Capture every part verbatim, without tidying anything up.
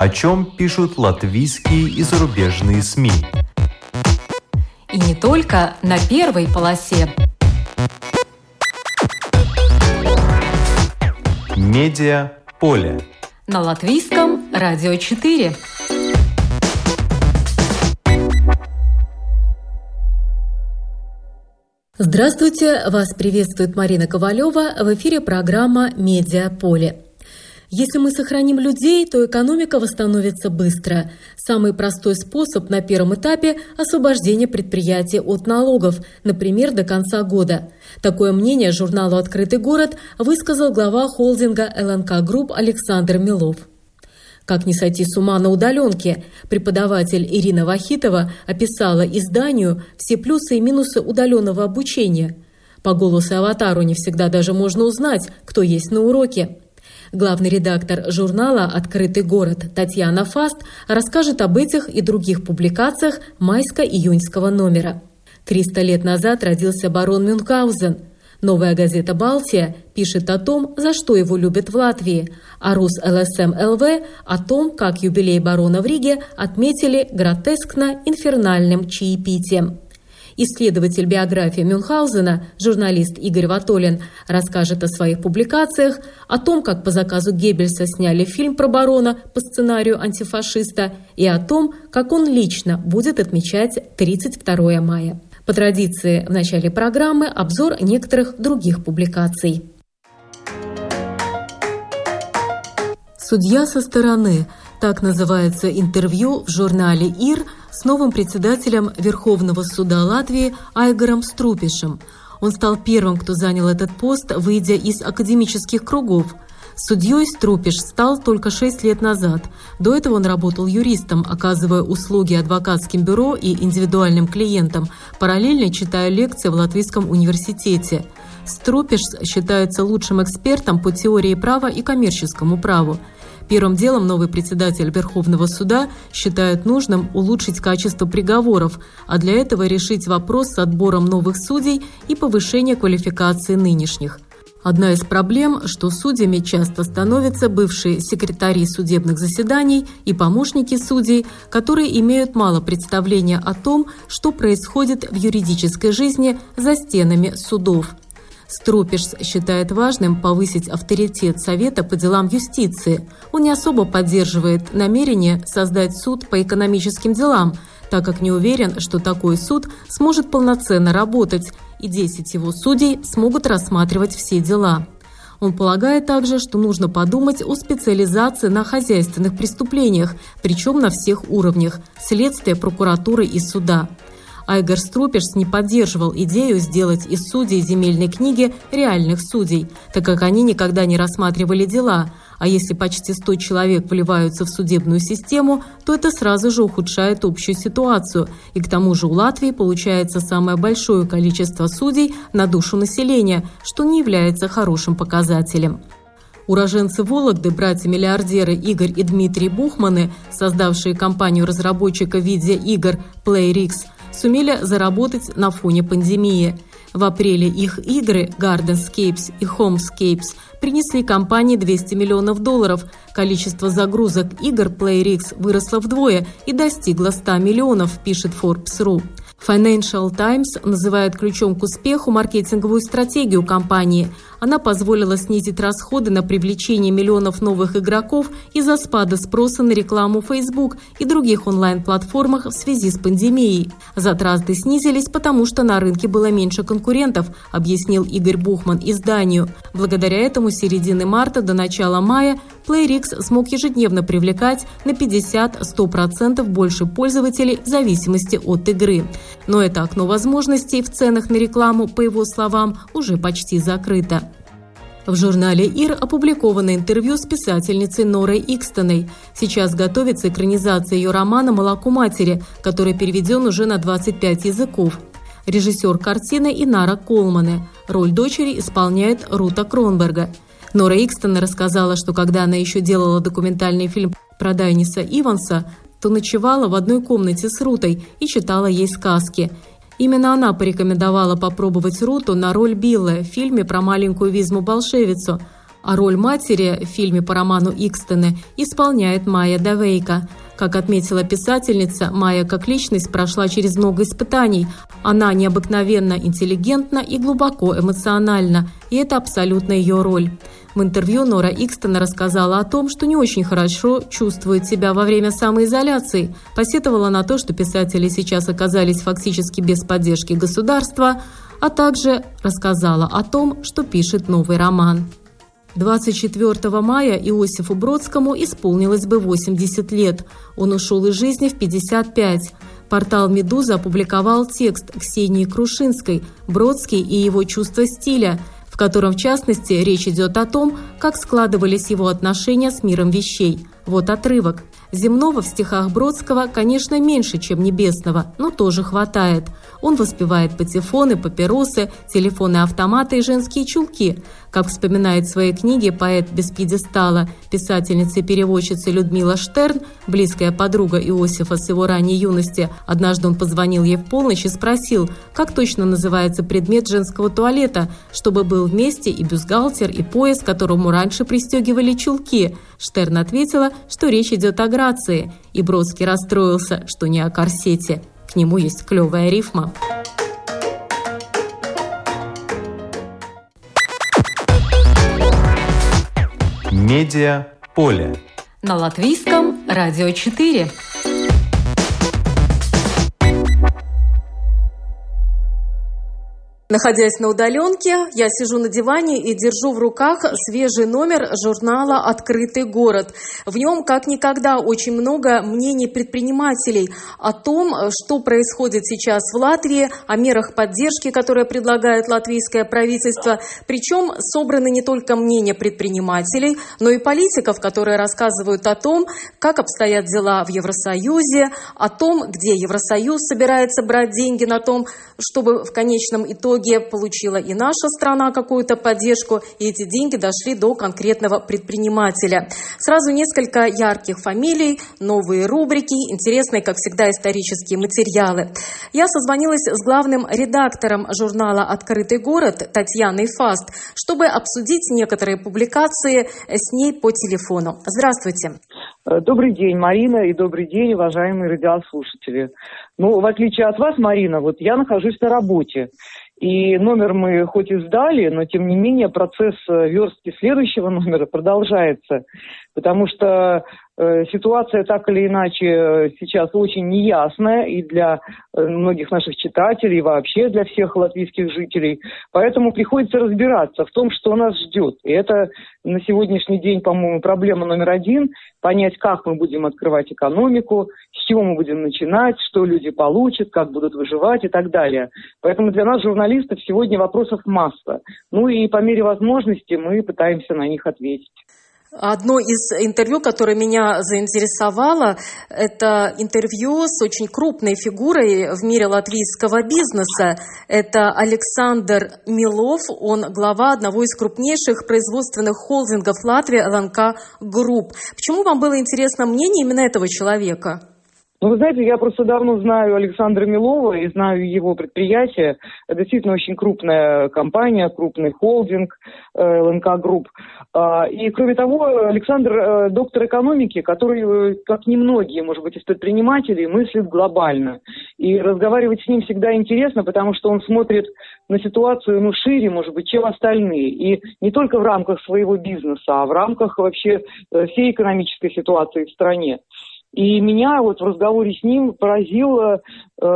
о чем пишут латвийские и зарубежные СМИ. И не только на первой полосе. Медиаполе. На Латвийском радио четыре. Здравствуйте! Вас приветствует Марина Ковалева. В эфире программа «Медиаполе». Если мы сохраним людей, то экономика восстановится быстро. Самый простой способ на первом этапе – освобождение предприятий от налогов, например, до конца года. Такое мнение журналу «Открытый город» высказал глава холдинга эл эн ка Групп Александр Милов. Как не сойти с ума на удаленке? Преподаватель Ирина Вахитова описала изданию все плюсы и минусы удаленного обучения. По голосу и аватару не всегда даже можно узнать, кто есть на уроке. Главный редактор журнала «Открытый город» Татьяна Фаст расскажет об этих и других публикациях майско-июньского номера. Триста лет назад родился барон Мюнхгаузен. Новая газета «Балтия» пишет о том, за что его любят в Латвии, а Рус эл эс эм эл вэ о том, как юбилей барона в Риге отметили гротескно-инфернальным чаепитием. Исследователь биографии Мюнхгаузена, журналист Игорь Ватолин, расскажет о своих публикациях, о том, как по заказу Геббельса сняли фильм про барона по сценарию антифашиста и о том, как он лично будет отмечать тридцать второе мая. По традиции в начале программы обзор некоторых других публикаций. «Судья со стороны» – так называется интервью в журнале «Ир» с новым председателем Верховного суда Латвии Айгаром Струпишем. Он стал первым, кто занял этот пост, выйдя из академических кругов. Судьей Струпиш стал только шесть лет назад. До этого он работал юристом, оказывая услуги адвокатским бюро и индивидуальным клиентам, параллельно читая лекции в Латвийском университете. Струпиш считается лучшим экспертом по теории права и коммерческому праву. Первым делом новый председатель Верховного суда считает нужным улучшить качество приговоров, а для этого решить вопрос с отбором новых судей и повышение квалификации нынешних. Одна из проблем, что судьями часто становятся бывшие секретари судебных заседаний и помощники судей, которые имеют мало представления о том, что происходит в юридической жизни за стенами судов. Струпиш считает важным повысить авторитет Совета по делам юстиции. Он не особо поддерживает намерение создать суд по экономическим делам, так как не уверен, что такой суд сможет полноценно работать, и десять его судей смогут рассматривать все дела. Он полагает также, что нужно подумать о специализации на хозяйственных преступлениях, причем на всех уровнях – следствия, прокуратуры и суда. Айгар Струпиш не поддерживал идею сделать из судей земельной книги реальных судей, так как они никогда не рассматривали дела, а если почти сто человек вливаются в судебную систему, то это сразу же ухудшает общую ситуацию, и к тому же у Латвии получается самое большое количество судей на душу населения, что не является хорошим показателем. Уроженцы Вологды, братья-миллиардеры Игорь и Дмитрий Бухманы, создавшие компанию разработчика видеоигр PlayRix, сумели заработать на фоне пандемии. В апреле их игры Gardenscapes и Homescapes принесли компании двести миллионов долларов. Количество загрузок игр PlayRix выросло вдвое и достигло ста миллионов, пишет Forbes точка ру. Financial Times называет ключом к успеху маркетинговую стратегию компании. Она позволила снизить расходы на привлечение миллионов новых игроков из-за спада спроса на рекламу Facebook и других онлайн-платформах в связи с пандемией. Затраты снизились, потому что на рынке было меньше конкурентов, объяснил Игорь Бухман изданию. Благодаря этому с середины марта до начала мая PlayRix смог ежедневно привлекать на пятьдесят - сто процентов больше пользователей в зависимости от игры. Но это окно возможностей в ценах на рекламу, по его словам, уже почти закрыто. В журнале «Ир» опубликовано интервью с писательницей Норой Икстоной. Сейчас готовится экранизация ее романа «Молоко матери», который переведен уже на двадцать пять языков. Режиссер картины Инара Колмане. Роль дочери исполняет Рута Кронберга. Нора Икстона рассказала, что когда она еще делала документальный фильм про Дайниса Иванса, то ночевала в одной комнате с Рутой и читала ей сказки. Именно она порекомендовала попробовать Руту на роль Билла в фильме про маленькую Визму-Болшевицу. А роль матери в фильме по роману Икстены исполняет Майя Давейка. Как отметила писательница, Майя как личность прошла через много испытаний. Она необыкновенно интеллигентна и глубоко эмоциональна, и это абсолютно ее роль. В интервью Нора Икстена рассказала о том, что не очень хорошо чувствует себя во время самоизоляции, посетовала на то, что писатели сейчас оказались фактически без поддержки государства, а также рассказала о том, что пишет новый роман. двадцать четвёртого мая Иосифу Бродскому исполнилось бы восемьдесят лет. Он ушел из жизни в пятьдесят пять. Портал «Медуза» опубликовал текст Ксении Крушинской «Бродский и его чувство стиля», в котором, в частности, речь идет о том, как складывались его отношения с миром вещей. Вот отрывок. Земного в стихах Бродского, конечно, меньше, чем небесного, но тоже хватает. Он воспевает патефоны, папиросы, телефоны-автоматы и женские чулки. Как вспоминает в своей книге поэт без пьедестала, писательница и переводчица Людмила Штерн, близкая подруга Иосифа с его ранней юности, однажды он позвонил ей в полночь и спросил, как точно называется предмет женского туалета, чтобы был вместе и бюстгальтер, и пояс, к которому раньше пристегивали чулки. Штерн ответила, что речь идет о грации, и Бродский расстроился, что не о корсете. К нему есть клевая рифма. Медиа поле. На Латвийском радио четыре. Находясь на удаленке, я сижу на диване и держу в руках свежий номер журнала «Открытый город». В нем, как никогда, очень много мнений предпринимателей о том, что происходит сейчас в Латвии, о мерах поддержки, которые предлагает латвийское правительство. Причем собраны не только мнения предпринимателей, но и политиков, которые рассказывают о том, как обстоят дела в Евросоюзе, о том, где Евросоюз собирается брать деньги на том, чтобы в конечном итоге получила и наша страна какую-то поддержку, и эти деньги дошли до конкретного предпринимателя. Сразу несколько ярких фамилий, новые рубрики, интересные, как всегда, исторические материалы. Я созвонилась с главным редактором журнала «Открытый город» Татьяной Фаст, чтобы обсудить некоторые публикации с ней по телефону. Здравствуйте. Добрый день, Марина, и добрый день, уважаемые радиослушатели. Ну, в отличие от вас, Марина, вот я нахожусь на работе. И номер мы хоть и сдали, но тем не менее процесс верстки следующего номера продолжается, потому что э, ситуация так или иначе сейчас очень неясная и для э, многих наших читателей, и вообще для всех латвийских жителей. Поэтому приходится разбираться в том, что нас ждет. И это на сегодняшний день, по-моему, проблема номер один – понять, как мы будем открывать экономику, с чего мы будем начинать, что люди получат, как будут выживать и так далее. Поэтому для нас, журналистов, сегодня вопросов масса. Ну и по мере возможности мы пытаемся на них ответить. Одно из интервью, которое меня заинтересовало, это интервью с очень крупной фигурой в мире латвийского бизнеса. Это Александр Милов, он глава одного из крупнейших производственных холдингов Латвии эл эн ка Group. Почему вам было интересно мнение именно этого человека? Ну, вы знаете, я просто давно знаю Александра Милова и знаю его предприятие. Это действительно очень крупная компания, крупный холдинг эл эн ка Group. И, кроме того, Александр доктор экономики, который, как немногие, может быть, из предпринимателей, мыслит глобально. И разговаривать с ним всегда интересно, потому что он смотрит на ситуацию, ну, шире, может быть, чем остальные. И не только в рамках своего бизнеса, а в рамках вообще всей экономической ситуации в стране. И меня вот в разговоре с ним поразило э,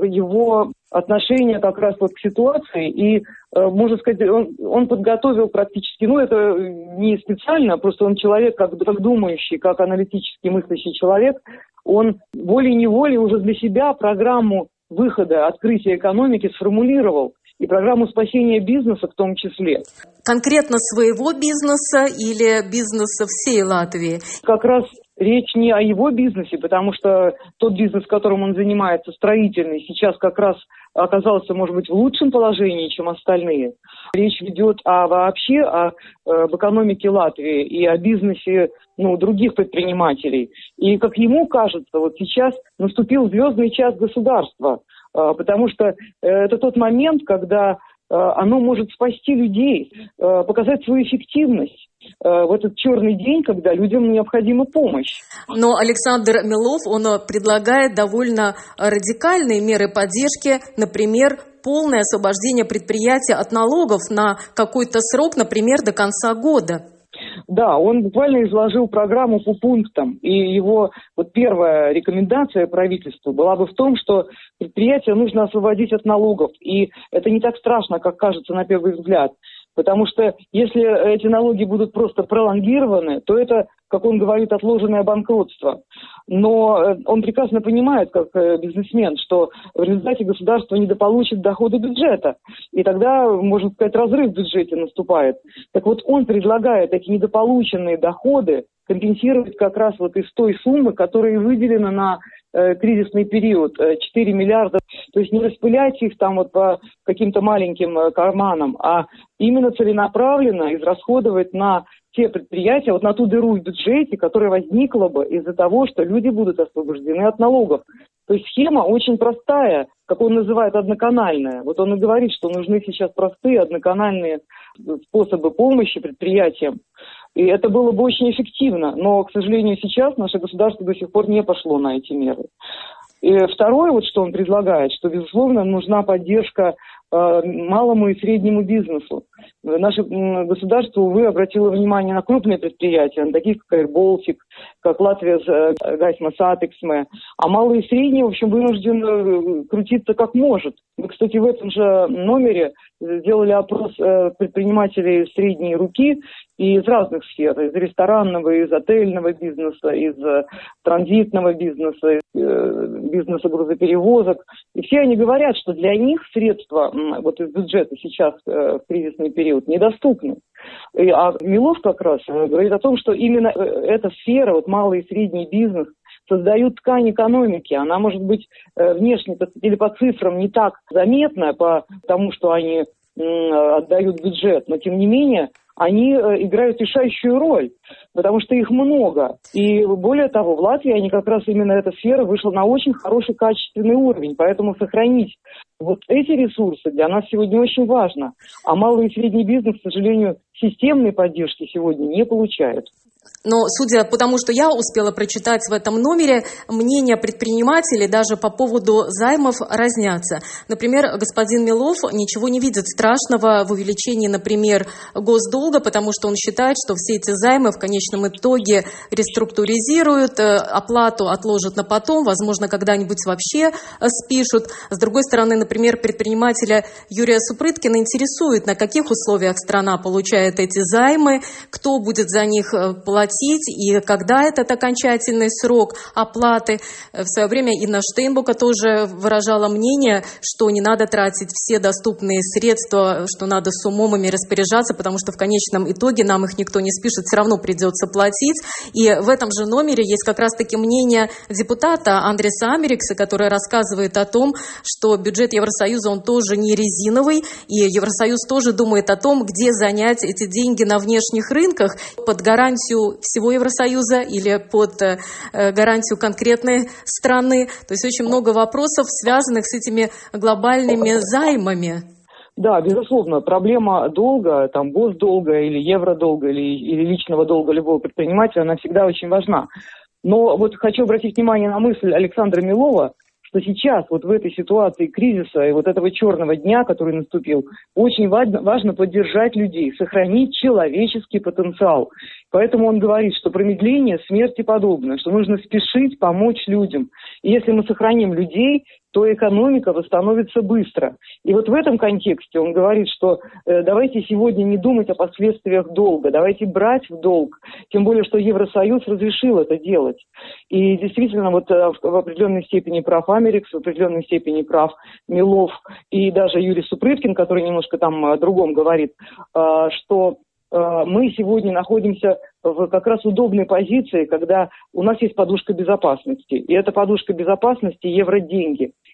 его отношение как раз вот к ситуации. И, э, можно сказать, он, он подготовил практически, ну это не специально, просто он человек, как, как думающий, как аналитически мыслящий человек, он волей-неволей уже для себя программу выхода, открытия экономики сформулировал. И программу спасения бизнеса в том числе. Конкретно своего бизнеса или бизнеса всей Латвии? Как раз речь не о его бизнесе, потому что тот бизнес, которым он занимается, строительный, сейчас как раз оказался, может быть, в лучшем положении, чем остальные. Речь идет о, вообще о, об экономике Латвии и о бизнесе, ну, других предпринимателей. И, как ему кажется, вот сейчас наступил звездный час государства, потому что это тот момент, когда оно может спасти людей, показать свою эффективность. в этот черный день, когда людям необходима помощь. Но Александр Милов, он предлагает довольно радикальные меры поддержки, например, полное освобождение предприятия от налогов на какой-то срок, например, до конца года. Да, он буквально изложил программу по пунктам, и его вот первая рекомендация правительству была бы в том, что предприятия нужно освободить от налогов, и это не так страшно, как кажется на первый взгляд, потому что если эти налоги будут просто пролонгированы, то это, как он говорит, отложенное банкротство. Но он прекрасно понимает, как бизнесмен, что в результате государство недополучит доходы бюджета. И тогда, можно сказать, разрыв в бюджете наступает. Так вот, он предлагает эти недополученные доходы компенсировать как раз вот из той суммы, которая выделена на э, кризисный период, четыре миллиарда. То есть не распылять их там вот по каким-то маленьким э, карманам, а именно целенаправленно израсходовать на те предприятия, вот на ту дыру в бюджете, которая возникла бы из-за того, что люди будут освобождены от налогов. То есть схема очень простая, как он называет, одноканальная. Вот он и говорит, что нужны сейчас простые одноканальные способы помощи предприятиям. И это было бы очень эффективно. Но, к сожалению, сейчас наше государство до сих пор не пошло на эти меры. И второе, вот что он предлагает, что, безусловно, нужна поддержка э, малому и среднему бизнесу. Наше государство, увы, обратило внимание на крупные предприятия, на таких как Air Baltic, как Латвия Гайсма Сатексме, а малые и средние, в общем, вынуждены крутиться как может. Мы, кстати, в этом же номере сделали опрос предпринимателей средней руки и из разных сфер, из ресторанного, из отельного бизнеса, из транзитного бизнеса, из бизнеса грузоперевозок. И все они говорят, что для них средства вот из бюджета сейчас в кризисный период недоступны. И, а Милов как раз говорит о том, что именно эта сфера, вот малый и средний бизнес, создают ткань экономики. Она может быть внешне или по цифрам не так заметна, по тому, что они отдают бюджет, но тем не менее они играют решающую роль, потому что их много. И более того, в Латвии они как раз именно эта сфера вышла на очень хороший качественный уровень, поэтому сохранить вот эти ресурсы для нас сегодня очень важно. А малый и средний бизнес, к сожалению, системной поддержки сегодня не получает. Но судя по тому, что я успела прочитать в этом номере, мнения предпринимателей даже по поводу займов разнятся. Например, господин Милов ничего не видит страшного в увеличении, например, госдолга, потому что он считает, что все эти займы в конечном итоге реструктуризируют, оплату отложат на потом, возможно, когда-нибудь вообще спишут. С другой стороны, например, предпринимателя Юрия Супрыткина интересует, на каких условиях страна получает эти займы, кто будет за них платить, платить и когда этот окончательный срок оплаты. В свое время Инна Штейнбока тоже выражала мнение, что не надо тратить все доступные средства, что надо с умом ими распоряжаться, потому что в конечном итоге нам их никто не спишет, все равно придется платить. И в этом же номере есть как раз-таки мнение депутата Андреса Америкса, который рассказывает о том, что бюджет Евросоюза, он тоже не резиновый, и Евросоюз тоже думает о том, где занять эти деньги на внешних рынках под гарантию всего Евросоюза или под э, гарантию конкретной страны. То есть очень много вопросов, связанных с этими глобальными займами. Да, безусловно, проблема долга, там, госдолга или евродолга, или, или личного долга любого предпринимателя, она всегда очень важна. Но вот хочу обратить внимание на мысль Александра Милова, что сейчас вот в этой ситуации кризиса и вот этого черного дня, который наступил, очень важно, важно поддержать людей, сохранить человеческий потенциал. Поэтому он говорит, что промедление смерти подобно, что нужно спешить помочь людям. И если мы сохраним людей, то экономика восстановится быстро. И вот в этом контексте он говорит, что э, давайте сегодня не думать о последствиях долга, давайте брать в долг, тем более, что Евросоюз разрешил это делать. И действительно, вот э, в, в определенной степени прав Америкс, в определенной степени прав Милов и даже Юрий Супрыткин, который немножко там о другом говорит, э, что мы сегодня находимся в как раз удобной позиции, когда у нас есть подушка безопасности. И эта подушка безопасности – евроденьги.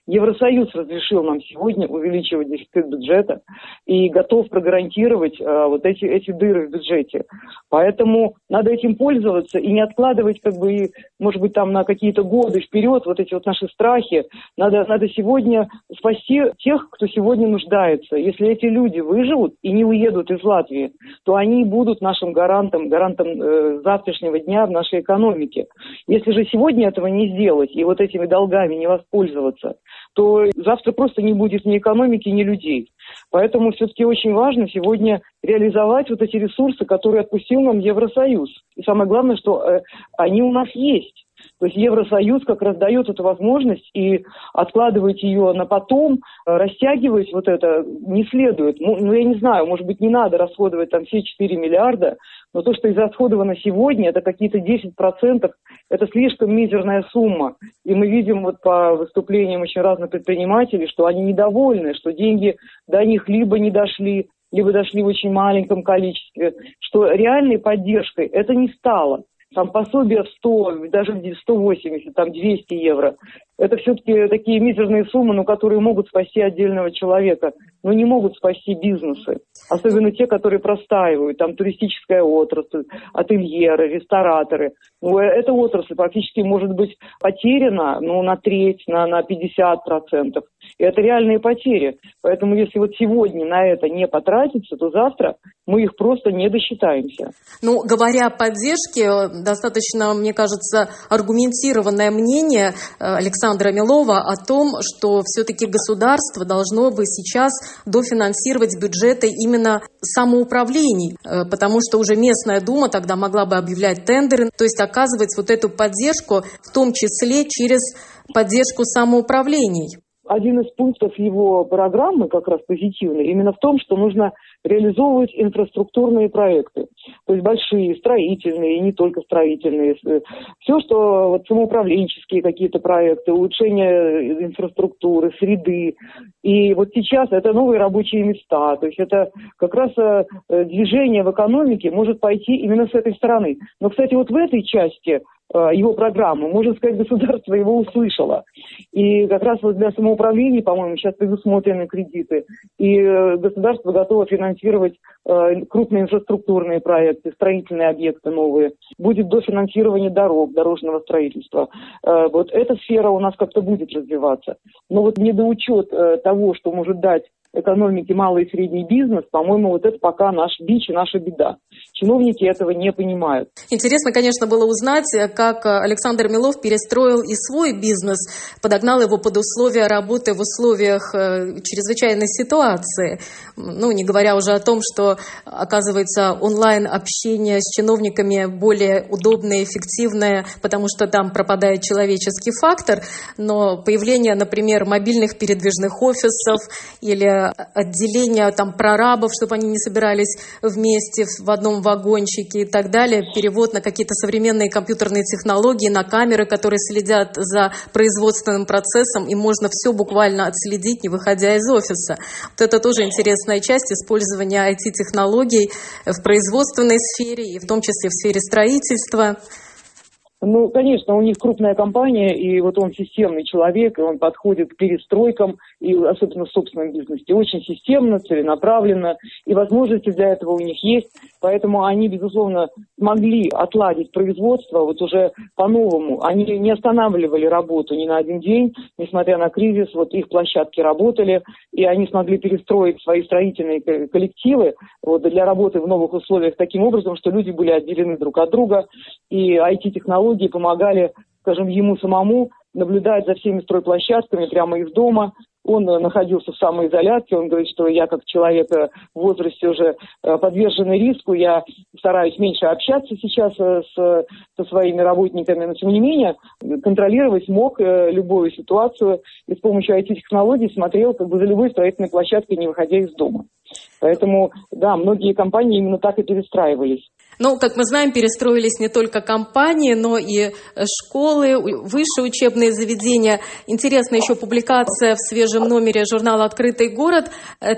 Евросоюз разрешил нам сегодня увеличивать дефицит бюджета и готов прогарантировать а, вот эти, эти дыры в бюджете. Поэтому надо этим пользоваться и не откладывать, как бы, может быть, там на какие-то годы вперед вот эти вот наши страхи. Надо, надо сегодня спасти тех, кто сегодня нуждается. Если эти люди выживут и не уедут из Латвии, то они будут нашим гарантом, гарантом э, завтрашнего дня в нашей экономике. Если же сегодня этого не сделать и вот этими долгами не воспользоваться, то завтра просто не будет ни экономики, ни людей. Поэтому все-таки очень важно сегодня реализовать вот эти ресурсы, которые отпустил нам Евросоюз. И самое главное, что э, они у нас есть. То есть Евросоюз как раз дает эту возможность, и откладывать ее на потом, растягивать вот это не следует. Ну, ну, я не знаю, может быть, не надо расходовать там все четыре миллиарда, но то, что израсходовано сегодня, это какие-то десять процентов, это слишком мизерная сумма. И мы видим вот по выступлениям очень разных предпринимателей, что они недовольны, что деньги до них либо не дошли, либо дошли в очень маленьком количестве, что реальной поддержкой это не стало. Там пособие в сто, даже в сто восемьдесят, там двести евро. Это все-таки такие мизерные суммы, но которые могут спасти отдельного человека, но не могут спасти бизнесы. Особенно те, которые простаивают. Там туристическая отрасль, ательеры, рестораторы. Ну, эта отрасль практически может быть потеряна ну, на треть, на, на пятьдесят процентов. И это реальные потери. Поэтому если вот сегодня на это не потратиться, то завтра мы их просто не досчитаемся. Ну, говоря о поддержке, достаточно, мне кажется, аргументированное мнение Александра Милова о том, что все-таки государство должно бы сейчас дофинансировать бюджеты именно самоуправлений, потому что уже местная дума тогда могла бы объявлять тендеры, то есть оказывать вот эту поддержку, в том числе через поддержку самоуправлений. Один из пунктов его программы, как раз позитивный, именно в том, что нужно реализовывать инфраструктурные проекты. То есть большие, строительные, и не только строительные. Все, что вот, самоуправленческие какие-то проекты, улучшение инфраструктуры, среды. И вот сейчас это новые рабочие места. То есть это как раз движение в экономике может пойти именно с этой стороны. Но, кстати, вот в этой части его программу, можно сказать, государство его услышало. И как раз вот для самоуправления, по-моему, сейчас предусмотрены кредиты. И государство готово финансировать э, крупные инфраструктурные проекты, строительные объекты новые. Будет дофинансирование дорог, дорожного строительства. Э, вот эта сфера у нас как-то будет развиваться. Но вот недоучет э, того, что может дать экономики малый и средний бизнес, по-моему, вот это пока наш бич и наша беда. Чиновники этого не понимают. Интересно, конечно, было узнать, как Александр Милов перестроил и свой бизнес, подогнал его под условия работы в условиях чрезвычайной ситуации. Ну, не говоря уже о том, что, оказывается, онлайн-общение с чиновниками более удобное, эффективное, потому что там пропадает человеческий фактор, но появление, например, мобильных передвижных офисов или отделения там прорабов, чтобы они не собирались вместе в одном вагончике и так далее, перевод на какие-то современные компьютерные технологии, на камеры, которые следят за производственным процессом, и можно все буквально отследить, не выходя из офиса. Вот это тоже интересная часть использования ай ти-технологий в производственной сфере и в том числе в сфере строительства. Ну, конечно, у них крупная компания, и вот он системный человек, и он подходит к перестройкам, и особенно в собственном бизнесе, очень системно, целенаправленно, и возможности для этого у них есть, поэтому они, безусловно, смогли отладить производство вот уже по-новому. Они не останавливали работу ни на один день, несмотря на кризис, вот их площадки работали, и они смогли перестроить свои строительные коллективы вот, для работы в новых условиях таким образом, что люди были отделены друг от друга, и ай ти-технологии помогали, скажем, ему самому наблюдать за всеми стройплощадками прямо из дома. Он находился в самоизоляции, он говорит, что я как человек в возрасте уже подверженный риску, я стараюсь меньше общаться сейчас с, со своими работниками, но тем не менее контролировать мог любую ситуацию и с помощью ай ти-технологий смотрел как бы за любой строительной площадкой, не выходя из дома. Поэтому, да, многие компании именно так и перестраивались. Но, как мы знаем, перестроились не только компании, но и школы, высшие учебные заведения. Интересна еще публикация в свежем номере журнала «Открытый город».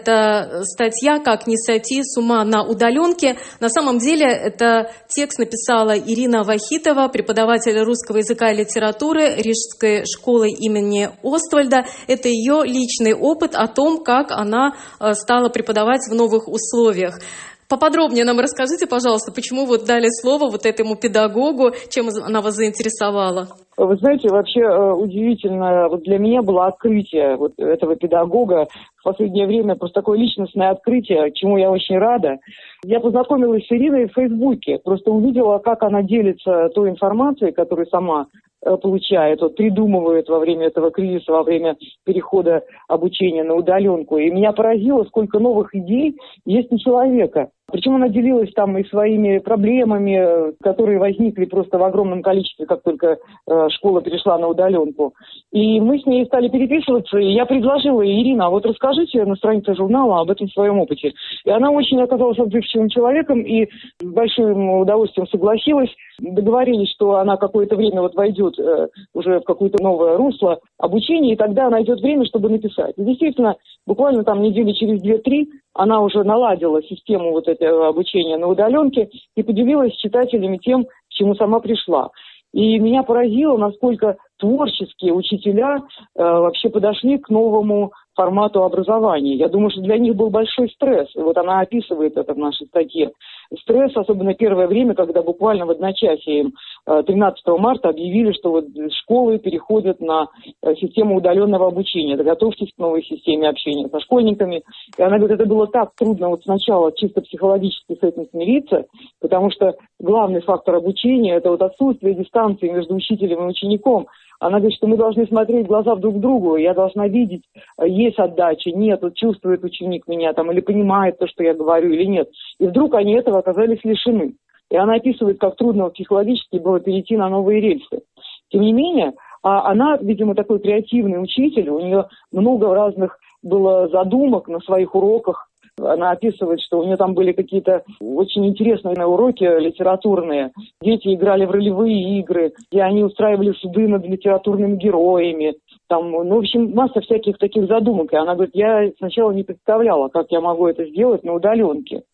Это статья «Как не сойти с ума на удаленке». На самом деле, это текст написала Ирина Вахитова, преподаватель русского языка и литературы Рижской школы имени Оствальда. Это ее личный опыт о том, как она стала преподавать в новых условиях. Поподробнее нам расскажите, пожалуйста, почему вот дали слово вот этому педагогу, чем она вас заинтересовала? Вы знаете, вообще удивительно, вот для меня было открытие вот этого педагога. В последнее время просто такое личностное открытие, чему я очень рада. Я познакомилась с Ириной в Фейсбуке, просто увидела, как она делится той информацией, которую сама получает, вот, придумывает во время этого кризиса, во время перехода обучения на удаленку. И меня поразило, сколько новых идей есть у человека. Причем она делилась там и своими проблемами, которые возникли просто в огромном количестве, как только э, школа перешла на удаленку. И мы с ней стали переписываться, и я предложила ей: Ирина, а вот расскажите на странице журнала об этом своем опыте. И она очень оказалась отзывчивым человеком и с большим удовольствием согласилась. Договорились, что она какое-то время вот войдет э, уже в какое-то новое русло обучения, и тогда найдет время, чтобы написать. И действительно, буквально там недели через две-три она уже наладила систему вот этого обучения на удаленке и поделилась с читателями тем, к чему сама пришла. И меня поразило, насколько творческие учителя э, вообще подошли к новому формату образования. Я думаю, что для них был большой стресс. И вот она описывает это в нашей статье. Стресс, особенно первое время, когда буквально в одночасье им тринадцатого марта объявили, что вот школы переходят на систему удаленного обучения. Готовьтесь к новой системе общения со школьниками. И она говорит, это было так трудно вот сначала чисто психологически с этим смириться, потому что главный фактор обучения – это вот отсутствие дистанции между учителем и учеником. Она говорит, что мы должны смотреть в глаза друг другу, я должна видеть, есть отдача, нет, вот чувствует ученик меня там или понимает то, что я говорю, или нет. И вдруг они этого оказались лишены. И она описывает, как трудно психологически было перейти на новые рельсы. Тем не менее, она, видимо, такой креативный учитель, у нее много разных было задумок на своих уроках. Она описывает, что у нее там были какие-то очень интересные уроки литературные. Дети играли в ролевые игры, и они устраивали суды над литературными героями. Там, ну, в общем, масса всяких таких задумок. И она говорит, я сначала не представляла, как я могу это сделать на удаленке.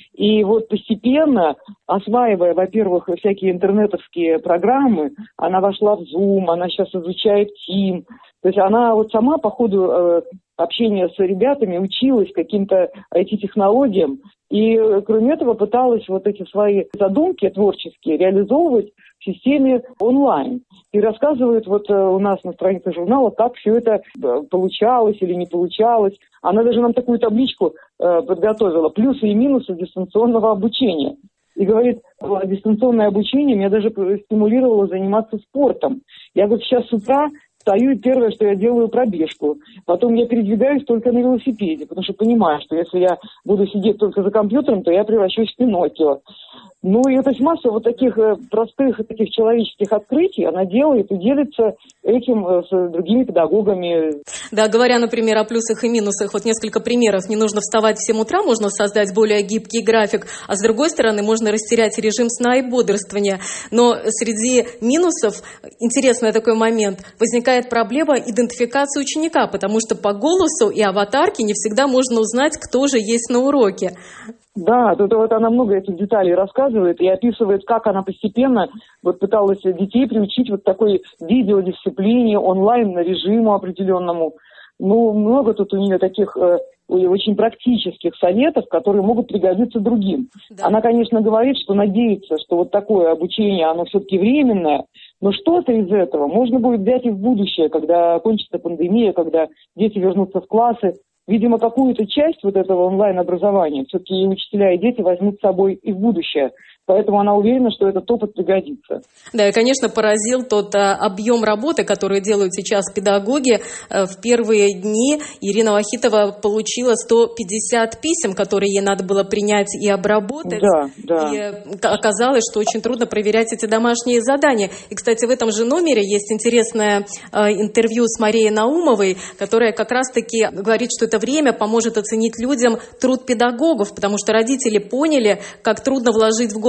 И вот постепенно, осваивая, во-первых, всякие интернетовские программы, она вошла в Zoom, она сейчас изучает Team. То есть она вот сама по ходу э, общения с ребятами училась каким-то ай ти-технологиям. И, кроме этого, пыталась вот эти свои задумки творческие реализовывать в системе онлайн. И рассказывает вот у нас на странице журнала, как все это получалось или не получалось. Она даже нам такую табличку э, подготовила. Плюсы и минусы дистанционного обучения. И говорит, дистанционное обучение меня даже стимулировало заниматься спортом. Я говорю, сейчас с утра встаю, и первое, что я делаю, пробежку. Потом я передвигаюсь только на велосипеде, потому что понимаю, что если я буду сидеть только за компьютером, то я превращусь в Пиноккио. Ну, и то есть масса вот таких простых, таких человеческих открытий она делает и делится этим с другими педагогами. Да, говоря, например, о плюсах и минусах, вот несколько примеров. Не нужно вставать в семь утра, можно создать более гибкий график, а с другой стороны, можно растерять режим сна и бодрствования. Но среди минусов, интересный такой момент, возникает проблема идентификации ученика, потому что по голосу и аватарке не всегда можно узнать, кто же есть на уроке. Да, тут вот она много этих деталей рассказывает и описывает, как она постепенно вот пыталась детей приучить вот такой видеодисциплине, онлайн-режиму определенному. Ну, много тут у нее таких э, очень практических советов, которые могут пригодиться другим. Да. Она, конечно, говорит, что надеется, что вот такое обучение, оно все-таки временное, но что-то из этого можно будет взять и в будущее, когда кончится пандемия, когда дети вернутся в классы. Видимо, какую-то часть вот этого онлайн-образования все-таки и учителя, и дети возьмут с собой и в будущее. Поэтому она уверена, что этот опыт пригодится. Да, и, конечно, поразил тот а, объем работы, который делают сейчас педагоги. В первые дни Ирина Вахитова получила сто пятьдесят писем, которые ей надо было принять и обработать. Да, да. И оказалось, что очень трудно проверять эти домашние задания. И, кстати, в этом же номере есть интересное а, интервью с Марией Наумовой, которая как раз-таки говорит, что это время поможет оценить людям труд педагогов, потому что родители поняли, как трудно вложить в голову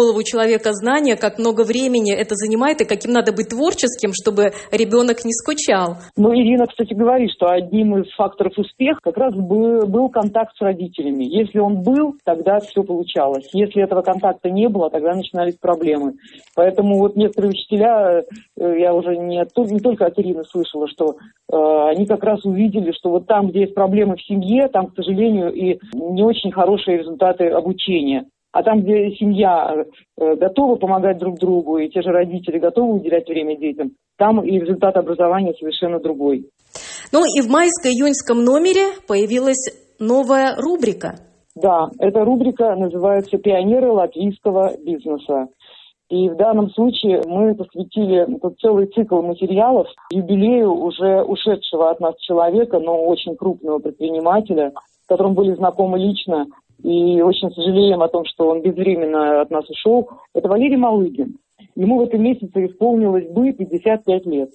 голову человека знания, как много времени это занимает и каким надо быть творческим, чтобы ребенок не скучал. Ну, Ирина, кстати, говорит, что одним из факторов успеха как раз был, был контакт с родителями. Если он был, тогда все получалось. Если этого контакта не было, тогда начинались проблемы. Поэтому вот некоторые учителя, я уже не, не только от Ирины слышала, что э, они как раз увидели, что вот там, где есть проблемы в семье, там, к сожалению, и не очень хорошие результаты обучения. А там, где семья э, готова помогать друг другу, и те же родители готовы уделять время детям, там и результат образования совершенно другой. Ну и в майско-июньском номере появилась новая рубрика. Да, эта рубрика называется «Пионеры латвийского бизнеса». И в данном случае мы посвятили целый цикл материалов юбилею уже ушедшего от нас человека, но очень крупного предпринимателя, с которым были знакомы лично. И очень сожалеем о том, что он безвременно от нас ушел. Это Валерий Малыгин. Ему в этом месяце исполнилось бы пятьдесят пять лет.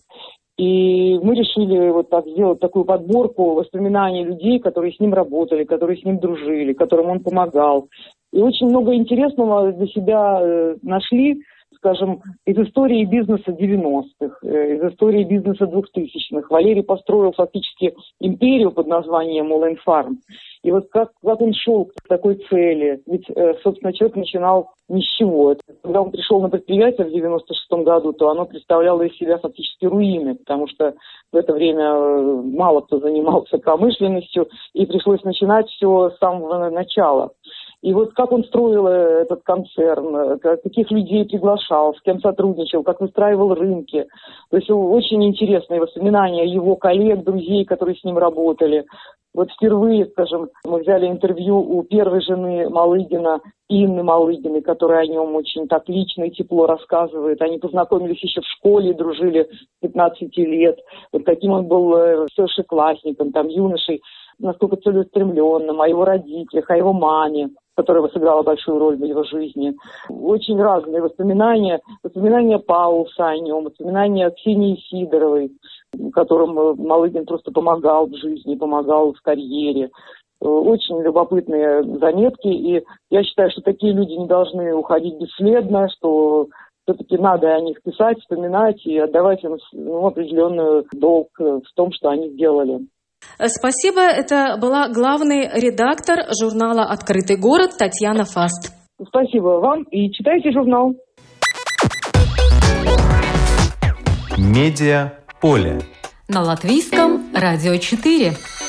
И мы решили вот так сделать такую подборку воспоминаний людей, которые с ним работали, которые с ним дружили, которым он помогал. И очень много интересного для себя э, нашли, скажем, из истории бизнеса девяностых, э, из истории бизнеса двухтысячных. Валерий построил фактически империю под названием Улэйнфарм. И вот как, как он шел к такой цели. Ведь, э, собственно, человек начинал ни с чего. Когда он пришел на предприятие в девяносто шестом году, то оно представляло из себя фактически руины, потому что в это время мало кто занимался промышленностью, и пришлось начинать все с самого начала. И вот как он строил этот концерн, каких людей приглашал, с кем сотрудничал, как выстраивал рынки. То есть очень интересные воспоминания его коллег, друзей, которые с ним работали. Вот впервые, скажем, мы взяли интервью у первой жены Малыгина, Инны Малыгиной, которая о нем очень так лично и тепло рассказывает. Они познакомились еще в школе, дружили с пятнадцати лет. Вот каким он был старшеклассником, там, юношей, насколько целеустремленным, о его родителях, о его маме, которая сыграла большую роль в его жизни. Очень разные воспоминания. Воспоминания Паулса о нем, воспоминания Ксении Сидоровой, которым Малыгин просто помогал в жизни, помогал в карьере. Очень любопытные заметки. И я считаю, что такие люди не должны уходить бесследно, что все-таки надо о них писать, вспоминать и отдавать им ну, определенный долг в том, что они сделали. Спасибо. Это была главный редактор журнала «Открытый город» Татьяна Фаст. Спасибо вам и читайте журнал. Медиаполе. На Латвийском радио четыре.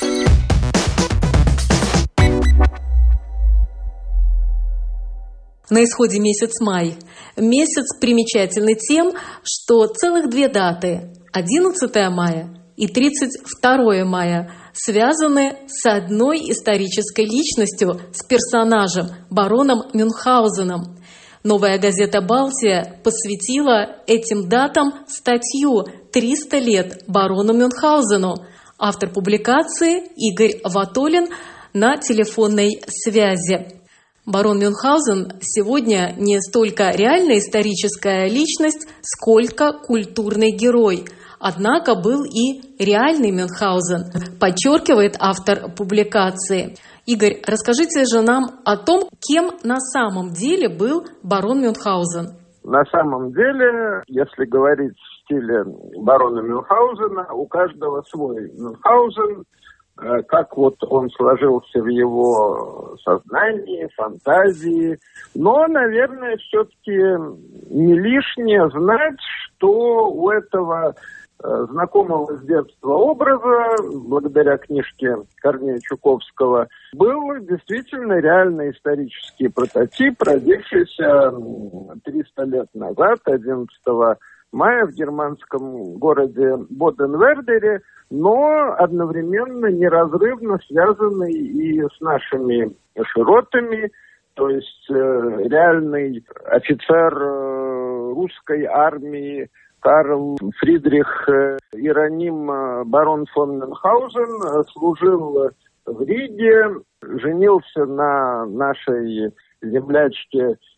На исходе месяц май. Месяц примечательный тем, что целых две даты – одиннадцатое мая и тридцать второе мая связаны с одной исторической личностью, с персонажем, бароном Мюнхгаузеном. Новая газета «Балтия» посвятила этим датам статью «триста лет барону Мюнхгаузену». Автор публикации Игорь Ватолин на телефонной связи. Барон Мюнхгаузен сегодня не столько реальная историческая личность, сколько культурный герой. Однако был и реальный Мюнхгаузен, подчеркивает автор публикации. Игорь, расскажите же нам о том, кем на самом деле был барон Мюнхгаузен. На самом деле, если говорить в стиле барона Мюнхгаузена, у каждого свой Мюнхгаузен, как вот он сложился в его сознании, фантазии. Но, наверное, все-таки не лишнее знать, что у этого знакомого с детства образа, благодаря книжке Корнея Чуковского, был действительно реальный исторический прототип, родившийся триста лет назад, одиннадцатого мая, в германском городе Боденвердере, но одновременно неразрывно связанный и с нашими широтами, то есть э, реальный офицер э, русской армии Карл Фридрих Иероним барон фон Мюнхгаузен служил в Риге, женился на нашей землячке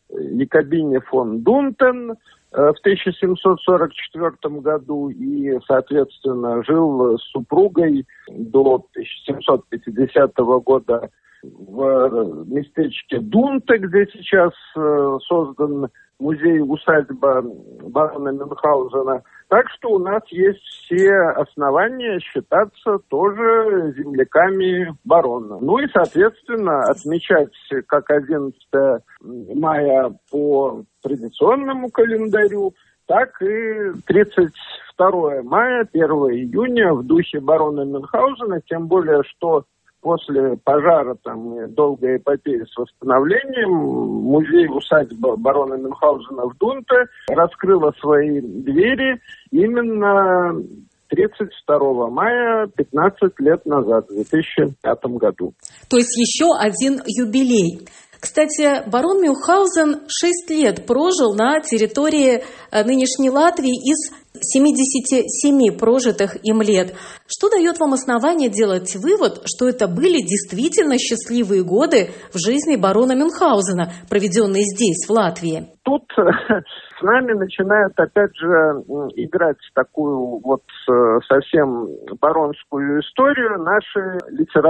Якобине фон Дунтен в тысяча семьсот сорок четвёртом году и, соответственно, жил с супругой до тысяча семьсот пятидесятого года в местечке Дунте, где сейчас создан музей-усадьба барона Мюнхгаузена. Так что у нас есть все основания считаться тоже земляками барона. Ну и, соответственно, отмечать как одиннадцатого мая по традиционному календарю, так и тридцать второго мая, первого июня в духе барона Мюнхгаузена, тем более, что после пожара там и долгой эпопеи с восстановлением музей-усадьба барона Мюнхгаузена в Дунте раскрыла свои двери именно тридцать второго мая, пятнадцать лет назад, в две тысячи пятом году. То есть еще один юбилей. Кстати, барон Мюнхгаузен шесть лет прожил на территории нынешней Латвии из семидесяти семи прожитых им лет. Что дает вам основание делать вывод, что это были действительно счастливые годы в жизни барона Мюнхгаузена, проведенные здесь, в Латвии? Тут с нами начинают опять же играть такую вот совсем баронскую историю наши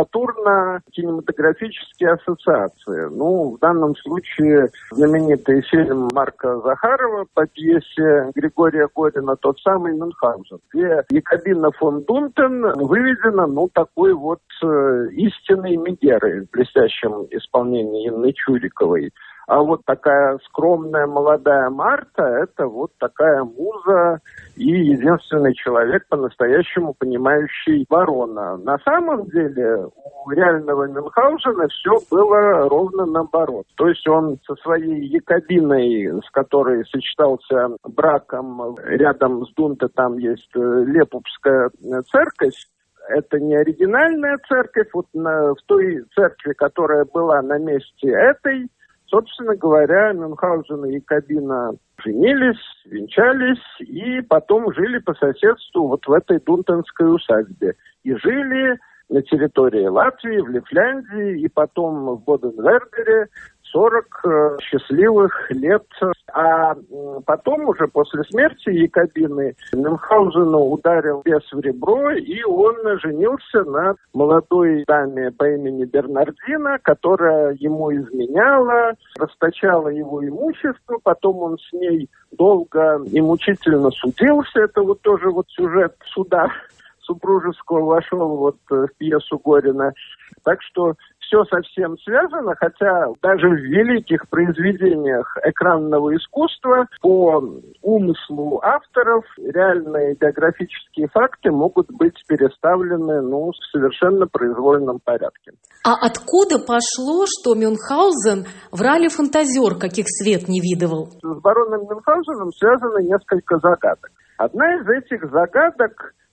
литературно-кинематографические ассоциации. Ну, в данном случае знаменитый фильм Марка Захарова по пьесе Григория Горина «Тот самый Мюнхгаузен», где Якобина фон Дунтен выведена, ну, такой вот истинной Мегерой в блестящем исполнении Инны Чуриковой. А вот такая скромная молодая Марта – это вот такая муза и единственный человек, по-настоящему понимающий барона. На самом деле у реального Мюнхгаузена все было ровно наоборот. То есть он со своей Якобиной, с которой сочетался браком, рядом с Дунте там есть Лепупская церковь. Это не оригинальная церковь. Вот на, в той церкви, которая была на месте этой, собственно говоря, Мюнхгаузен и Якобина женились, венчались и потом жили по соседству вот в этой дунтенской усадьбе. И жили на территории Латвии, в Лифляндии и потом в Боденвердере сорок э, счастливых лет. А э, потом уже после смерти Якобины Мюнхгаузену ударил бес в ребро, и он женился на молодой даме по имени Бернардина, которая ему изменяла, расточала его имущество. Потом он с ней долго и мучительно судился. Это вот тоже вот сюжет суда супружеского вошел вот в пьесу Горина. Так что все совсем связано, хотя даже в великих произведениях экранного искусства по умыслу авторов реальные биографические факты могут быть переставлены ну, в совершенно произвольном порядке. А откуда пошло, что Мюнхгаузен врали-фантазер, каких свет не видывал? С бароном Мюнхгаузеном связано несколько загадок. Одна из этих загадок –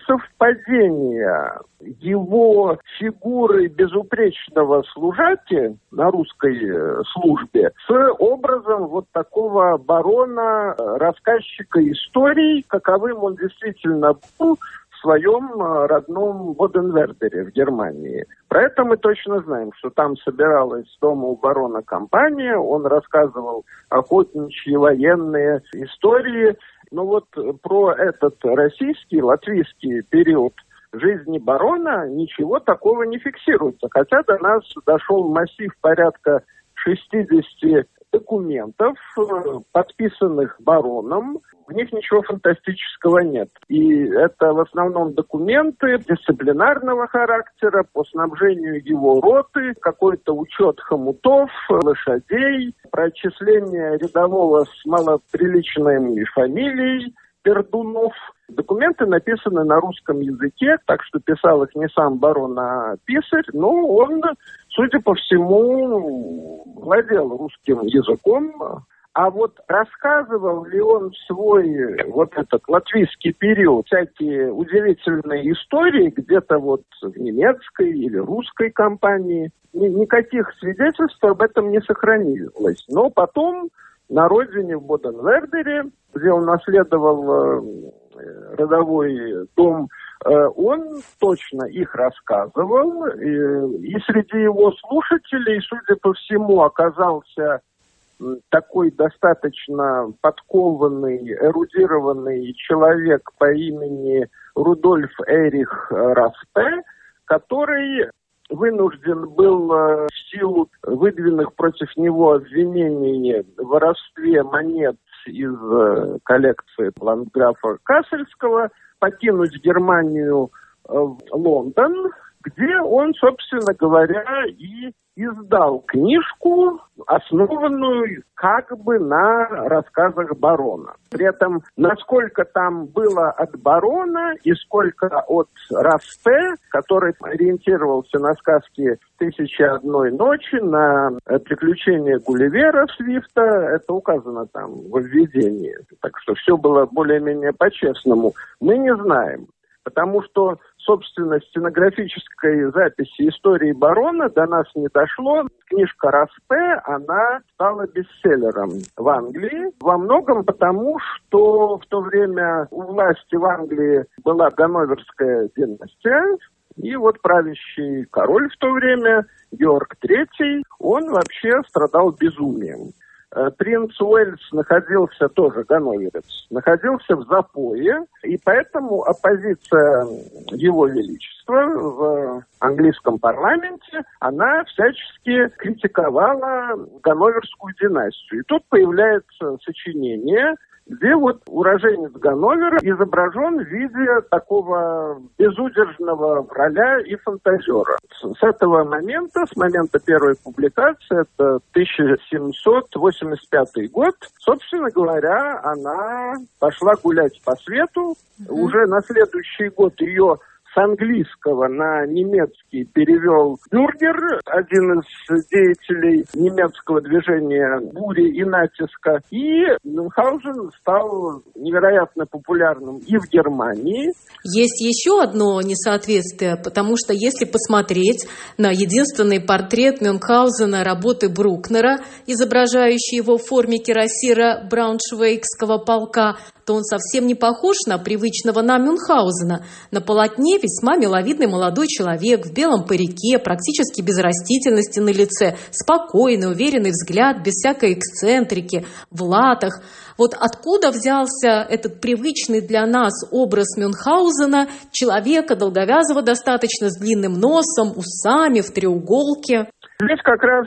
несовпадение его фигуры безупречного служаки на русской службе с образом вот такого барона, рассказчика историй, каковым он действительно был в своем родном Боденвердере в Германии. Про это мы точно знаем, что там собиралась дома у барона компания, он рассказывал охотничьи военные истории. Но вот про этот российский, латвийский период жизни барона ничего такого не фиксируется. Хотя до нас дошел массив порядка шестидесяти документов, подписанных бароном. В них ничего фантастического нет. И это в основном документы дисциплинарного характера по снабжению его роты, какой-то учет хомутов, лошадей, прочисление рядового с малоприличной фамилией Пердунов. Документы написаны на русском языке, так что писал их не сам барон, а писарь, но он, судя по всему, владел русским языком. А вот рассказывал ли он в свой вот этот латвийский период всякие удивительные истории где-то вот в немецкой или русской компании, никаких свидетельств об этом не сохранилось. Но потом на родине в Боденвердере, где он наследовал родовой дом, он точно их рассказывал. И среди его слушателей, судя по всему, оказался такой достаточно подкованный, эрудированный человек по имени Рудольф Эрих Распе, который вынужден был в силу выдвинутых против него обвинений в воровстве монет из коллекции ландграфа Кассельского покинуть Германию в Лондон, где он, собственно говоря, и издал книжку, основанную как бы на рассказах барона. При этом, насколько там было от барона и сколько от Распе, который ориентировался на сказки «Тысячи одной ночи», на приключения Гулливера Свифта, это указано там в введении. Так что все было более-менее по-честному. Мы не знаем. Потому что, собственно, стенографической записи истории барона до нас не дошло. Книжка Распе, она стала бестселлером в Англии. Во многом потому, что в то время у власти в Англии была Ганноверская династия. И вот правящий король в то время, Георг Третий, он вообще страдал безумием. Принц Уэльс находился, тоже ганноверец, находился в запое, и поэтому оппозиция Его Величества в английском парламенте, она всячески критиковала ганноверскую династию. И тут появляется сочинение, где вот уроженец Ганновера изображен в виде такого безудержного враля и фантазера. С этого момента, с момента первой публикации, это тысяча семьсот восемьдесят пятый год, собственно говоря, она пошла гулять по свету. Mm-hmm. Уже на следующий год ее с английского на немецкий перевел Бюргер, один из деятелей немецкого движения бури и натиска. И Мюнхгаузен стал невероятно популярным и в Германии. Есть еще одно несоответствие, потому что если посмотреть на единственный портрет Мюнхгаузена работы Брукнера, изображающий его в форме кирасира Брауншвейгского полка, то он совсем не похож на привычного нам Мюнхгаузена. На полотне весьма миловидный молодой человек в белом парике, практически без растительности на лице, спокойный, уверенный взгляд, без всякой эксцентрики, в латах. Вот откуда взялся этот привычный для нас образ Мюнхгаузена, человека долговязого достаточно, с длинным носом, усами, в треуголке? Здесь как раз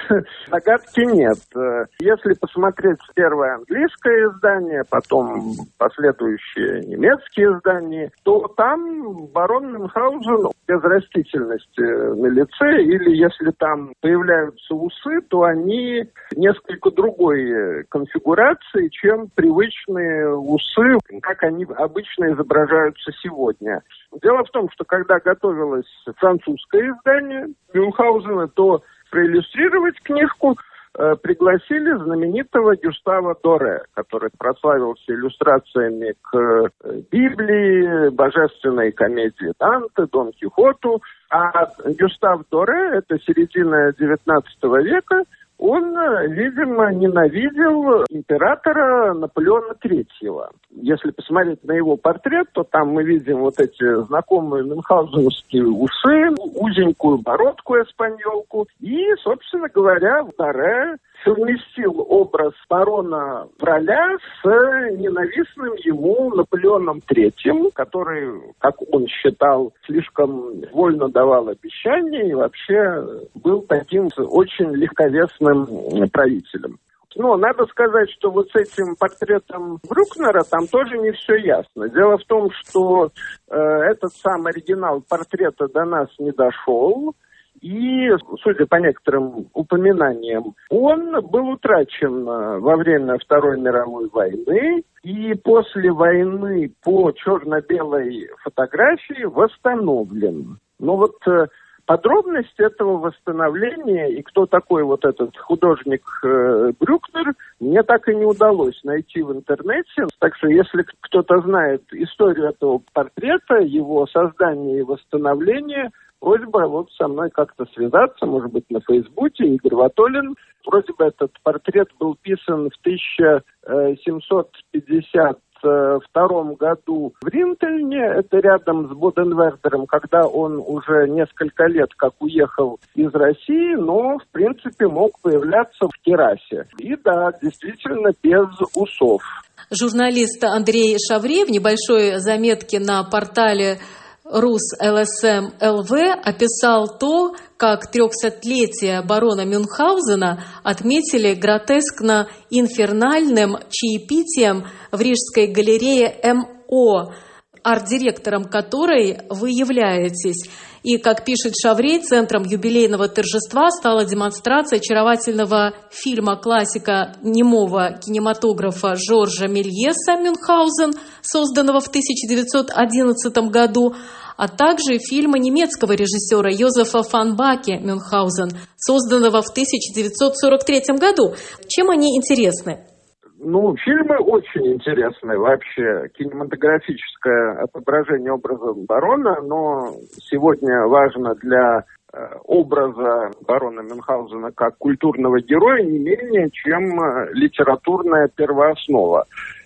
загадки нет. Если посмотреть первое английское издание, потом последующие немецкие издания, то там барон Мюнхгаузен без растительности на лице, или если там появляются усы, то они несколько другой конфигурации, чем привычные усы, как они обычно изображаются сегодня. Дело в том, что когда готовилось французское издание Мюнхгаузена, то проиллюстрировать книжку э, пригласили знаменитого Гюстава Доре, который прославился иллюстрациями к э, Библии, божественной комедии Данте, Дон Кихоту. А Гюстав Доре, это середина девятнадцатого века, он, видимо, ненавидел императора Наполеона Третьего. Если посмотреть на его портрет, то там мы видим вот эти знакомые мюнхгаузеновские усы, узенькую бородку эспаньолку. И, собственно говоря, Доре совместил образ барона враля с ненавистным ему Наполеоном Третьим, который, как он считал, слишком вольно давал обещания и вообще был таким очень легковесным правителем. Но надо сказать, что вот с этим портретом Брукнера там тоже не все ясно. Дело в том, что э, этот сам оригинал портрета до нас не дошел. И, судя по некоторым упоминаниям, он был утрачен во время Второй мировой войны и после войны по черно-белой фотографии восстановлен. Но вот подробности этого восстановления и кто такой вот этот художник Брюкнер, мне так и не удалось найти в интернете. Так что если кто-то знает историю этого портрета, его создания и восстановления, просьба вот со мной как-то связаться, может быть, на Фейсбуке, Игорь Ватолин. Вроде бы этот портрет был писан в тысяча семьсот пятьдесят втором году в Ринтельне, это рядом с Боденвердером, когда он уже несколько лет как уехал из России, но, в принципе, мог появляться в террасе. И да, действительно, без усов. Журналист Андрей Шаврей в небольшой заметке на портале РусЛСМ.ЛВ описал то, как трехсотлетие барона Мюнхгаузена отметили гротескно-инфернальным чаепитием в Рижской галерее МО, арт-директором которой вы являетесь. И, как пишет Шаврей, центром юбилейного торжества стала демонстрация очаровательного фильма классика немого кинематографа Жоржа Мельеса «Мюнхгаузен», созданного в тысяча девятьсот одиннадцатом году, а также фильма немецкого режиссера Йозефа фон Баке «Мюнхгаузен», созданного в тысяча девятьсот сорок третьем году. Чем они интересны? Ну, фильмы очень интересные вообще, кинематографическое отображение образа барона, но сегодня важно для э, образа барона Мюнхгаузена как культурного героя не менее, чем э, литературная первооснова.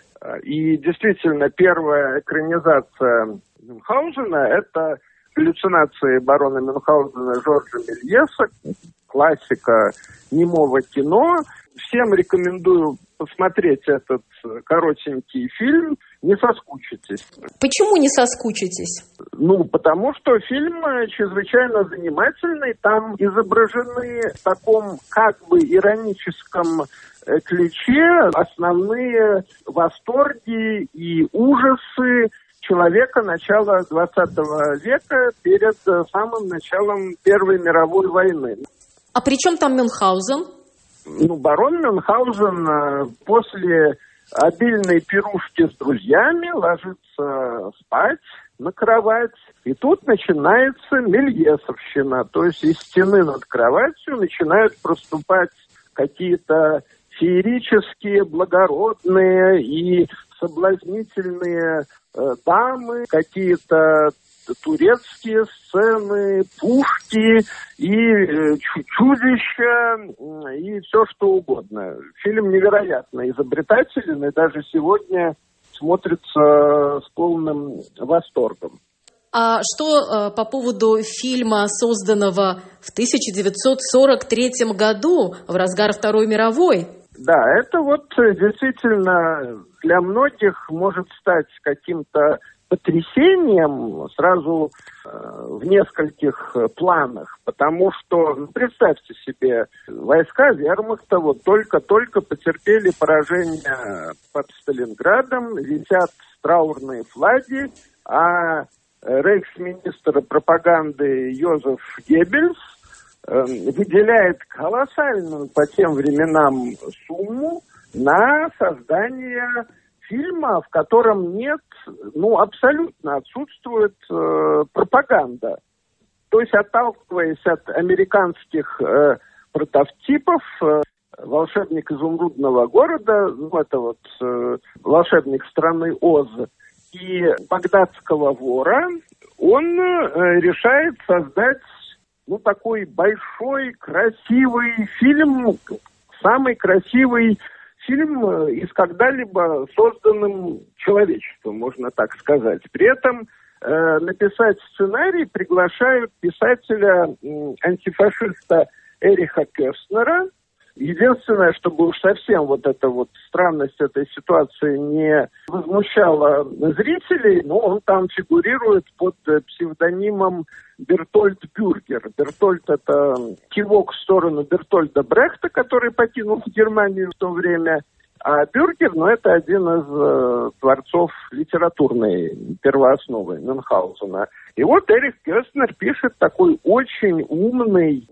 И действительно, первая экранизация Мюнхгаузена – это галлюцинации барона Мюнхгаузена Жоржа Мельеса, классика немого кино. Всем рекомендую посмотреть этот коротенький фильм, не соскучитесь. Почему не соскучитесь? Ну, потому что фильм чрезвычайно занимательный. Там изображены в таком как бы ироническом ключе основные восторги и ужасы человека начала двадцатого века перед самым началом Первой мировой войны. А при чем там Мюнхгаузен? Ну, барон Мюнхгаузен после обильной пирушки с друзьями ложится спать на кровать, и тут начинается мельесовщина, то есть из стены над кроватью начинают проступать какие-то феерические, благородные и соблазнительные э, дамы, какие-то турецкие сцены, пушки и э, чудища, и все что угодно. Фильм невероятно изобретателен и даже сегодня смотрится с полным восторгом. А что э, по поводу фильма, созданного в тысяча девятьсот сорок третьем году, в разгар Второй мировой? Да, это вот действительно для многих может стать каким-то потрясением сразу э, в нескольких планах, потому что, ну, представьте себе, войска вермахта вот только-только потерпели поражение под Сталинградом, висят траурные флаги, а рейхсминистр пропаганды Йозеф Геббельс э, выделяет колоссальную по тем временам сумму на создание фильма, в котором нет, ну, абсолютно отсутствует э, пропаганда. То есть, отталкиваясь от американских э, прототипов, э, волшебник изумрудного города, ну, это вот э, волшебник страны Оз, и багдадского вора, он э, решает создать, ну, такой большой, красивый фильм, самый красивый фильм из когда-либо созданным человечеством, можно так сказать. При этом э, написать сценарий приглашают писателя э, антифашиста Эриха Кёстнера. Единственное, чтобы уж совсем вот эта вот странность этой ситуации не возмущала зрителей, но он там фигурирует под псевдонимом Бертольд Бюргер. Бертольд — это кивок в сторону Бертольда Брехта, который покинул Германию в то время. А Бюргер, ну, это один из э, творцов литературной первоосновы Мюнхгаузена. И вот Эрих Кёстнер пишет такой очень умный,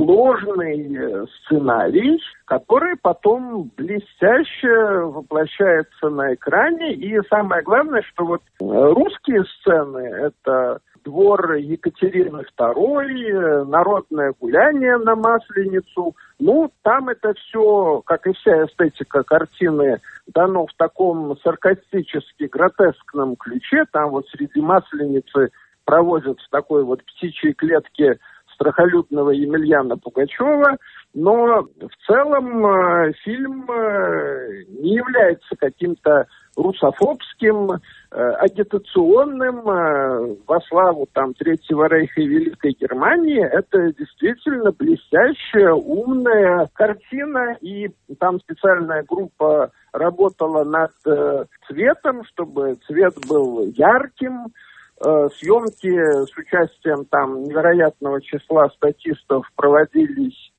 сложный сценарий, который потом блестяще воплощается на экране. И самое главное, что вот русские сцены — это двор Екатерины второй, народное гуляние на Масленицу. Ну, там это все, как и вся эстетика картины, дано в таком саркастически гротескном ключе. Там вот среди Масленицы проводят в такой вот птичьей клетке страхолюдного Емельяна Пугачева. Но в целом э, фильм э, не является каким-то русофобским, агитационным во славу там Третьего Рейха и Великой Германии. Это действительно блестящая, умная картина, и там специальная группа работала над цветом, чтобы цвет был ярким. Съемки с участием там невероятного числа статистов проводились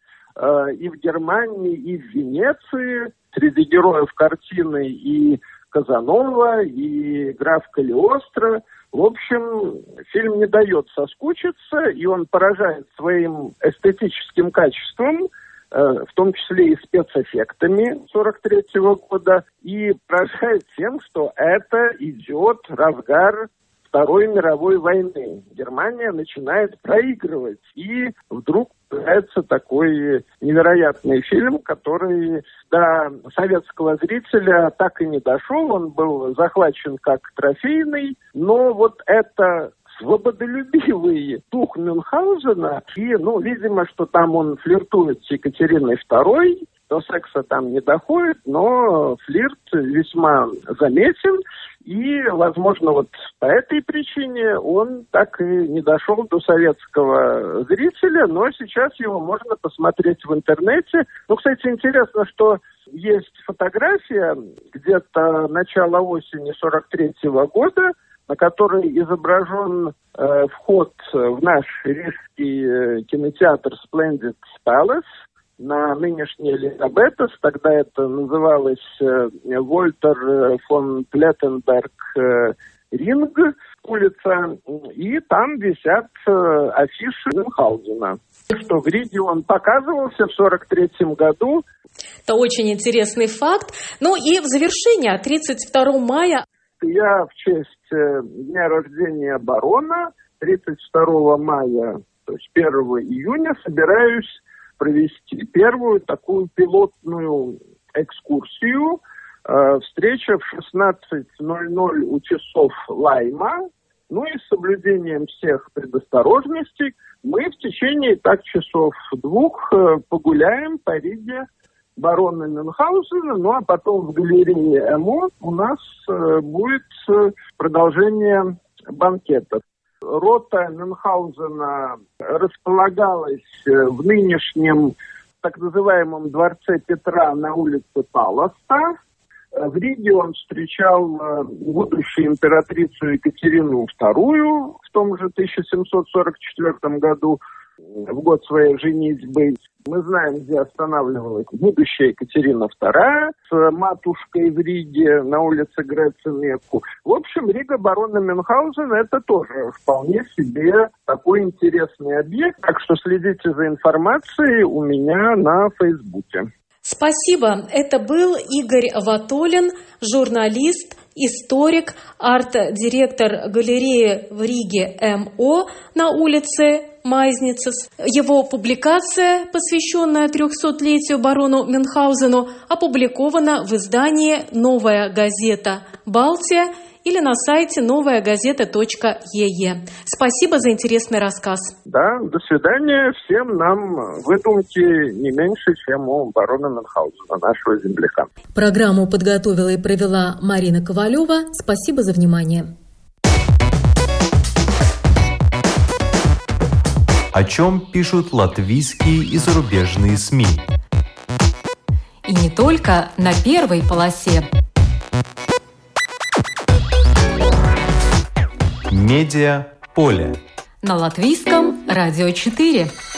и в Германии, и в Венеции. Среди героев картины и Казанова, и граф Калиостро. В общем, фильм не дает соскучиться, и он поражает своим эстетическим качеством, в том числе и спецэффектами сорок третьего года, и поражает тем, что это идет разгар Второй мировой войны. Германия начинает проигрывать, и вдруг появляется такой невероятный фильм, который до советского зрителя так и не дошел. Он был захвачен как трофейный, но вот это свободолюбивый дух Мюнхгаузена, и, ну, видимо, что там он флиртует с Екатериной Второй, до секса там не доходит, но флирт весьма заметен, и, возможно, вот по этой причине он так и не дошел до советского зрителя, но сейчас его можно посмотреть в интернете. Ну, кстати, интересно, что есть фотография где-то начала осени сорок третьего года, на которой изображен э, вход в наш рижский э, кинотеатр Splendid Palace на нынешний Элизабетас. Тогда это называлось э, Вольтер фон Плеттенберг э, Ринг, улица, и там висят э, афиши Мюнхгаузена. Что в Риге он показывался в сорок третьем году. Это очень интересный факт. Ну и в завершение, тридцать второго мая... Я в честь э, дня рождения барона, тридцать второго мая, то есть первого июня, собираюсь провести первую такую пилотную экскурсию. Э, встреча в шестнадцать ноль ноль у часов Лайма. Ну и с соблюдением всех предосторожностей мы в течение так часов двух э, погуляем по Риге барона Мюнхгаузена, ну а потом в галерее ЭМО у нас э, будет э, продолжение банкета. Рота Мюнхгаузена располагалась э, в нынешнем так называемом дворце Петра на улице Паласта. В Риге он встречал э, будущую императрицу Екатерину Вторую в том же тысяча семьсот сорок четвёртом году, в год своей женитьбы. Мы знаем, где останавливалась будущая Екатерина Вторая с матушкой в Риге на улице Греценеку. В общем, Рига барона Мюнхгаузена – это тоже вполне себе такой интересный объект. Так что следите за информацией у меня на Фейсбуке. Спасибо. Это был Игорь Ватолин, журналист, историк, арт-директор галереи в Риге ЭМО на улице Майзницес. Его публикация, посвященная трехсотлетию барону Мюнхгаузену, опубликована в издании «Новая газета Балтия» или на сайте новая газета точка е е. Спасибо за интересный рассказ. Да, до свидания. Всем нам выдумки не меньше, чем у барона Мюнхгаузена, нашего земляка. Программу подготовила и провела Марина Ковалева. Спасибо за внимание. О чем пишут латвийские и зарубежные СМИ. И не только на первой полосе. Медиа поле. На Латвийском радио четыре.